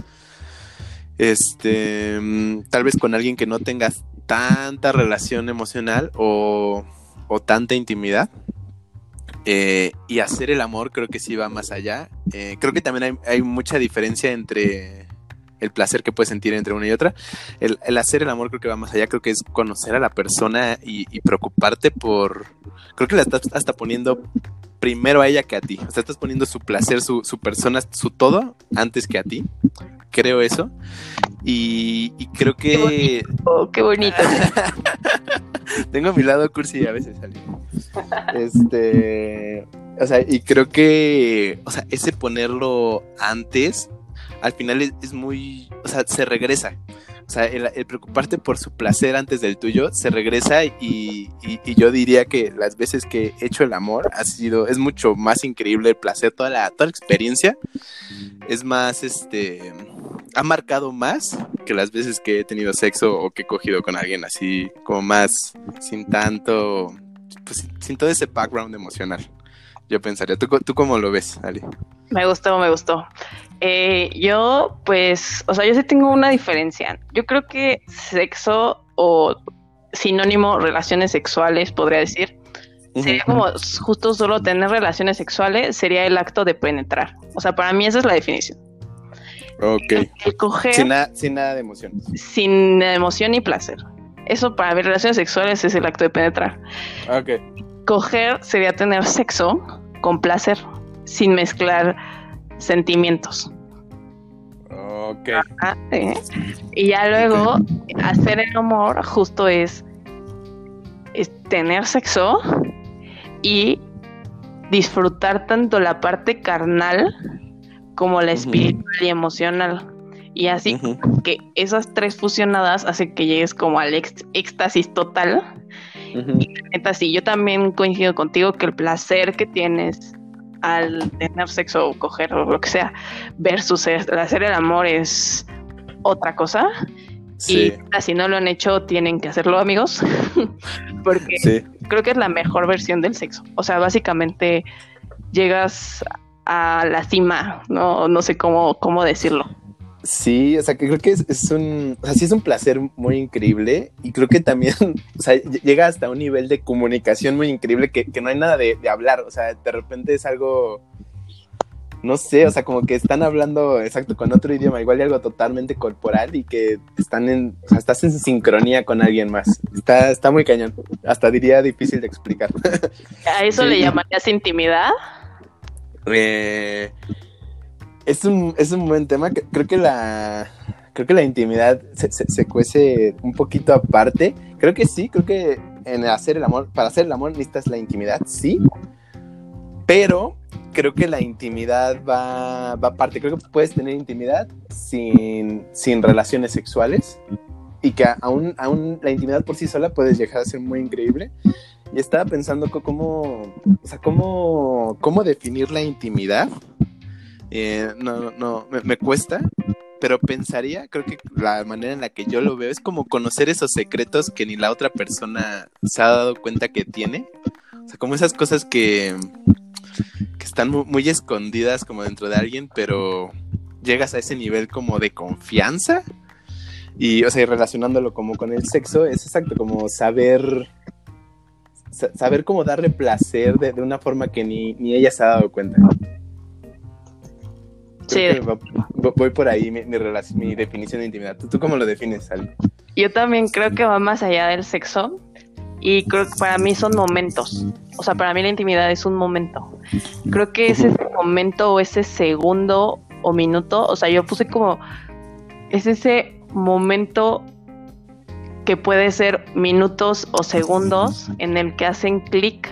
Este... Tal vez con alguien que no tengas tanta relación emocional o, o tanta intimidad, eh, y hacer el amor creo que sí va más allá. Eh, creo que también hay, hay mucha diferencia entre el placer que puedes sentir entre una y otra. El, el hacer el amor creo que va más allá, creo que es conocer a la persona y, y preocuparte por... Creo que la estás hasta poniendo primero a ella que a ti, o sea, estás poniendo su placer, su, su persona, su todo antes que a ti. Creo eso. Y, y creo que...
Qué bonito. Qué bonito.
Tengo mi lado cursi a veces, Ali. Este... O sea, y creo que... O sea, ese ponerlo antes, al final es, es muy... O sea, se regresa. O sea, el, el preocuparte por su placer antes del tuyo se regresa y, y, y yo diría que las veces que he hecho el amor ha sido, es mucho más increíble el placer, toda la, toda la experiencia es más, este, ha marcado más que las veces que he tenido sexo o que he cogido con alguien así, como más, sin tanto, pues sin todo ese background emocional. Yo pensaría, ¿tú, tú cómo lo ves, Ali?
Me gustó, me gustó. Eh, yo, pues, o sea, yo sí tengo una diferencia. Yo creo que sexo o sinónimo relaciones sexuales, podría decir, uh-huh. sería como justo solo tener relaciones sexuales, sería el acto de penetrar. O sea, para mí esa es la definición.
Ok.
El, el coger...
Sin, na- sin nada de emoción.
Sin emoción ni placer. Eso para ver relaciones sexuales es el acto de penetrar.
Ok.
Coger sería tener sexo con placer, sin mezclar sentimientos.
Ok.
Ajá, ¿eh? Y ya luego hacer el amor justo es es tener sexo y disfrutar tanto la parte carnal como la espiritual uh-huh. y emocional. Y así uh-huh. que esas tres fusionadas hacen que llegues como al ex- éxtasis total. Uh-huh. Y neta, sí, yo también coincido contigo que el placer que tienes al tener sexo o coger o lo que sea versus el hacer el amor es otra cosa. Sí. Y si no lo han hecho, tienen que hacerlo, amigos, porque sí. creo que es la mejor versión del sexo. O sea, básicamente llegas a la cima, no, no sé cómo, cómo decirlo.
Sí, o sea, que creo que es, es un, o sea, sí es un placer muy increíble y creo que también, o sea, llega hasta un nivel de comunicación muy increíble que, que no hay nada de, de hablar, o sea, de repente es algo, no sé, o sea, como que están hablando exacto con otro idioma, igual de algo totalmente corporal y que están en, o sea, estás en sincronía con alguien más. Está, está muy cañón, hasta diría difícil de explicar.
¿A eso sí. le llamarías intimidad?
Eh... Es un, es un buen tema. Creo que la, creo que la intimidad se, se, se cuece un poquito aparte. Creo que sí, creo que en hacer el amor, para hacer el amor necesitas la intimidad, sí. Pero creo que la intimidad va, va aparte. Creo que puedes tener intimidad sin, sin relaciones sexuales. Y que aún, aún la intimidad por sí sola puede llegar a ser muy increíble. Y estaba pensando cómo, o sea, cómo, cómo definir la intimidad. Eh, no, no, me, me cuesta, pero pensaría, creo que la manera en la que yo lo veo es como conocer esos secretos que ni la otra persona se ha dado cuenta que tiene. O sea, como esas cosas que, que están muy, muy escondidas como dentro de alguien, pero llegas a ese nivel como de confianza. Y, o sea, y relacionándolo como con el sexo, es exacto, como saber, saber cómo darle placer de, de una forma que ni, ni ella se ha dado cuenta. Sí. Va, voy por ahí mi, mi, relación, mi definición de intimidad. ¿Tú, ¿Tú cómo lo defines, Ali?
Yo también creo que va más allá del sexo y creo que para mí son momentos. O sea, para mí la intimidad es un momento. Creo que es ese momento o ese segundo o minuto, o sea, yo puse como es ese momento que puede ser minutos o segundos en el que hacen clic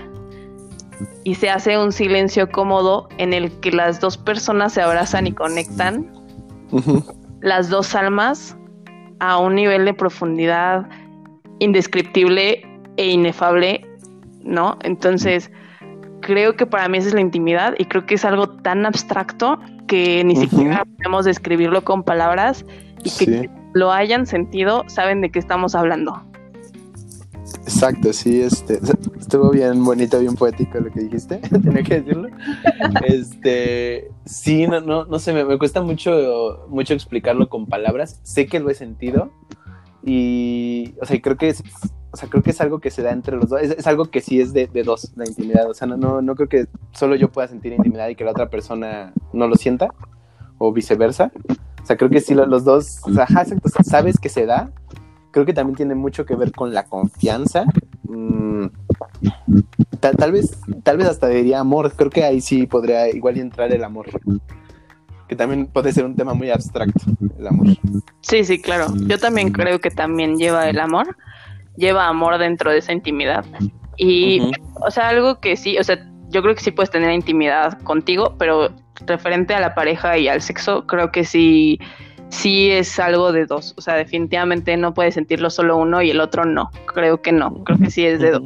y se hace un silencio cómodo en el que las dos personas se abrazan y conectan uh-huh. las dos almas a un nivel de profundidad indescriptible e inefable, ¿no? Entonces, creo que para mí esa es la intimidad y creo que es algo tan abstracto que ni uh-huh. siquiera podemos describirlo con palabras y que sí. lo hayan sentido, saben de qué estamos hablando.
Exacto, sí, este, estuvo bien bonito, bien poético lo que dijiste, tenía que decirlo. Este, sí, no, no, no sé, me, me cuesta mucho, mucho explicarlo con palabras. Sé que lo he sentido y, o sea, creo que es, o sea, creo que es algo que se da entre los dos. Es, es algo que sí es de, de dos, la intimidad. O sea, no, no, no creo que solo yo pueda sentir intimidad y que la otra persona no lo sienta o viceversa. O sea, creo que sí los dos, o sea, exacto, sabes que se da. Creo que también tiene mucho que ver con la confianza. Mm, tal, tal vez, tal vez hasta diría amor. Creo que ahí sí podría igual entrar el amor. Que también puede ser un tema muy abstracto, el amor.
Sí, sí, claro. Yo también creo que también lleva el amor. Lleva amor dentro de esa intimidad. Y, uh-huh. o sea, algo que sí, o sea, yo creo que sí puedes tener intimidad contigo, pero referente a la pareja y al sexo, creo que sí... sí es algo de dos, o sea, definitivamente no puedes sentirlo solo uno y el otro no, creo que no, creo que sí es de dos.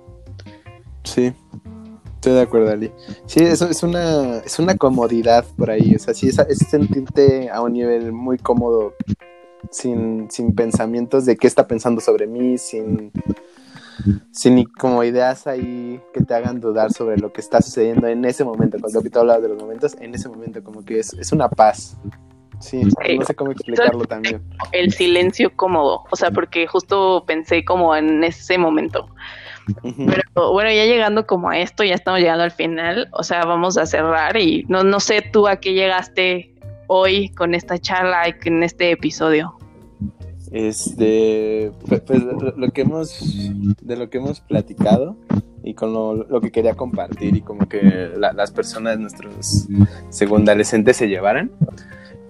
Sí, estoy de acuerdo, Ali. Sí, eso es una, es una comodidad por ahí, o sea, sí, es, es sentirte a un nivel muy cómodo, sin, sin pensamientos de qué está pensando sobre mí, sin, sin ni como ideas ahí que te hagan dudar sobre lo que está sucediendo en ese momento, cuando tú hablabas de los momentos, en ese momento como que es, es una paz. Sí, no sé cómo explicarlo también.
El silencio cómodo, o sea, porque justo pensé como en ese momento. Uh-huh. Pero bueno, ya llegando como a esto, ya estamos llegando al final, o sea, vamos a cerrar y no, no sé tú a qué llegaste hoy con esta charla y con este episodio.
Este, pues, pues lo que hemos, de lo que hemos platicado y con lo, lo que quería compartir y como que la, las personas, nuestros segundadolescentes se llevaran.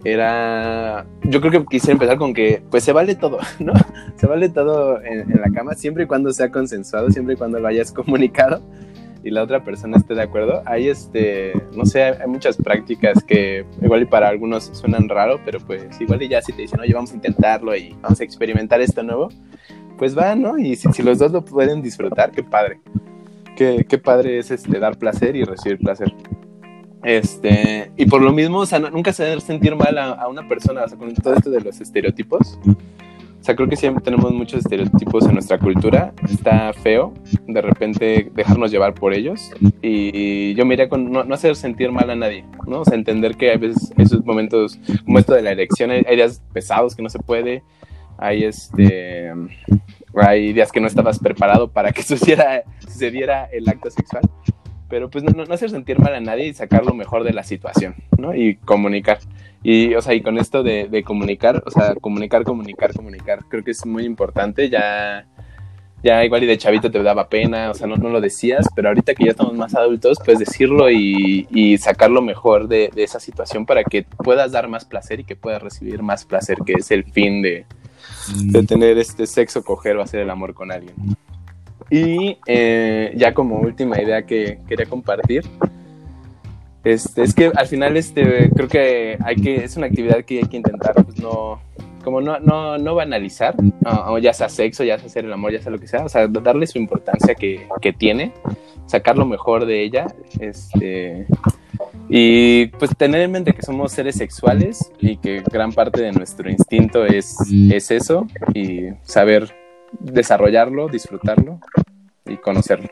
era, yo creo que quisiera empezar con que, pues se vale todo, ¿no? Se vale todo en, en la cama, siempre y cuando sea consensuado, siempre y cuando lo hayas comunicado y la otra persona esté de acuerdo. Hay, este, no sé, hay muchas prácticas que igual y para algunos suenan raro, pero pues igual y ya si te dicen, oye, vamos a intentarlo y vamos a experimentar esto nuevo, pues va, ¿no? Y si, si los dos lo pueden disfrutar, qué padre. Qué, qué padre es este, dar placer y recibir placer. Este, y por lo mismo, o sea, no, nunca se debe sentir mal a, a una persona, o sea, con todo esto de los estereotipos. O sea, creo que siempre tenemos muchos estereotipos en nuestra cultura. Está feo, de repente, dejarnos llevar por ellos. Y yo me iría con no, no hacer sentir mal a nadie, ¿no? O sea, entender que a veces esos momentos, como esto de la elección, hay, hay días pesados que no se puede. Hay, este, hay días que no estabas preparado para que sucediera, sucediera el acto sexual. Pero pues no, no hacer sentir mal a nadie y sacar lo mejor de la situación, ¿no? Y comunicar. Y, o sea, y con esto de, de comunicar, o sea, comunicar, comunicar, comunicar, creo que es muy importante. Ya, ya igual y de chavito te daba pena, o sea, no, no lo decías, pero ahorita que ya estamos más adultos, puedes decirlo y, y sacar lo mejor de, de esa situación para que puedas dar más placer y que puedas recibir más placer, que es el fin de, de tener este sexo, coger o hacer el amor con alguien. Y eh, ya como última idea que quería compartir, este, es que al final este, creo que, hay que es una actividad que hay que intentar, pues no, como no, no, no banalizar, o, o ya sea sexo, ya sea hacer el amor, ya sea lo que sea, o sea, darle su importancia que, que tiene, sacar lo mejor de ella, este, y pues tener en mente que somos seres sexuales y que gran parte de nuestro instinto es, es eso, y saber desarrollarlo, disfrutarlo y conocerlo.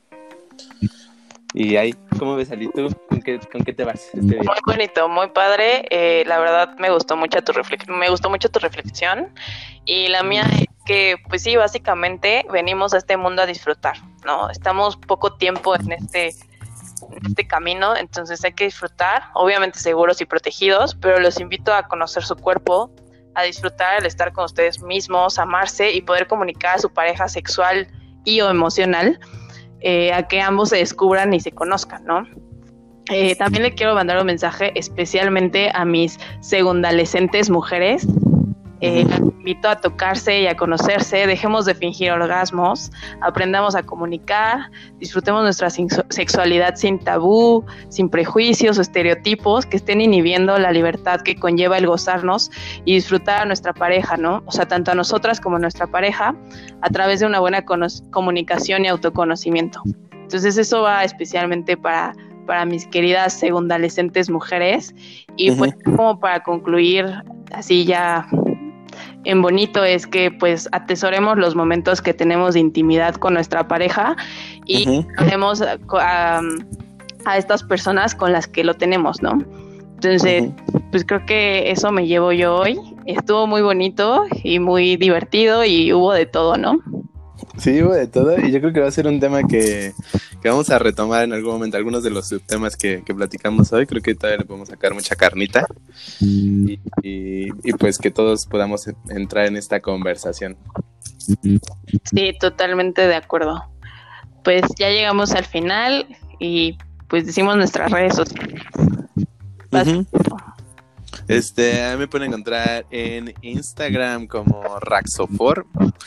Y ahí, ¿cómo ves, Ali? ¿Tú con qué, con qué te vas este día?
Muy bonito, muy padre. Eh, la verdad me gustó mucho tu reflex- me gustó mucho tu reflexión. Y la mía es que, pues sí, básicamente venimos a este mundo a disfrutar, ¿no? Estamos poco tiempo en este, en este camino, entonces hay que disfrutar, obviamente seguros y protegidos, pero los invito a conocer su cuerpo, a disfrutar el estar con ustedes mismos, amarse y poder comunicar a su pareja sexual y o emocional, eh, a que ambos se descubran y se conozcan, ¿no? Eh, también le quiero mandar un mensaje especialmente a mis segundalescentes mujeres. Eh, las invito a tocarse y a conocerse, dejemos de fingir orgasmos, aprendamos a comunicar, disfrutemos nuestra sexualidad sin tabú, sin prejuicios o estereotipos que estén inhibiendo la libertad que conlleva el gozarnos y disfrutar a nuestra pareja, ¿no? O sea, tanto a nosotras como a nuestra pareja, a través de una buena cono- comunicación y autoconocimiento. Entonces eso va especialmente para, para mis queridas segundalescentes mujeres. Y uh-huh. Pues como para concluir, así ya en bonito, es que pues atesoremos los momentos que tenemos de intimidad con nuestra pareja y uh-huh. Hablemos a, a, a estas personas con las que lo tenemos, ¿no? Entonces, uh-huh. Pues creo que eso me llevo yo hoy. Estuvo muy bonito y muy divertido y hubo de todo, ¿no?
Sí, hubo de todo, y yo creo que va a ser un tema que, que vamos a retomar en algún momento. Algunos de los subtemas que, que platicamos hoy, creo que todavía le podemos sacar mucha carnita y, y, y pues que todos podamos entrar en esta conversación.
Sí, totalmente de acuerdo. Pues ya llegamos al final y pues decimos nuestras redes sociales.
Uh-huh. Este, a mí me pueden encontrar en Instagram como Raxofor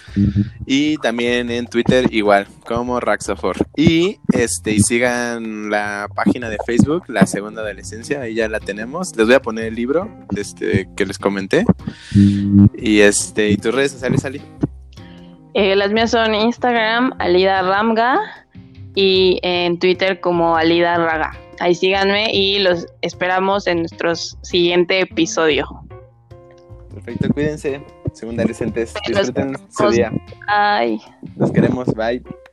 y también en Twitter igual como Raxofor. Y este, y sigan la página de Facebook, La Segunda Adolescencia, ahí ya la tenemos. Les voy a poner el libro este que les comenté. Y este, ¿y tus redes sociales, Ali?
Eh, las mías son Instagram, Alida Ramga, y en Twitter como Alida Raga. Ahí síganme y los esperamos en nuestro siguiente episodio.
Perfecto, cuídense, segunda adolescentes, disfruten su día.
Bye.
Los queremos, bye.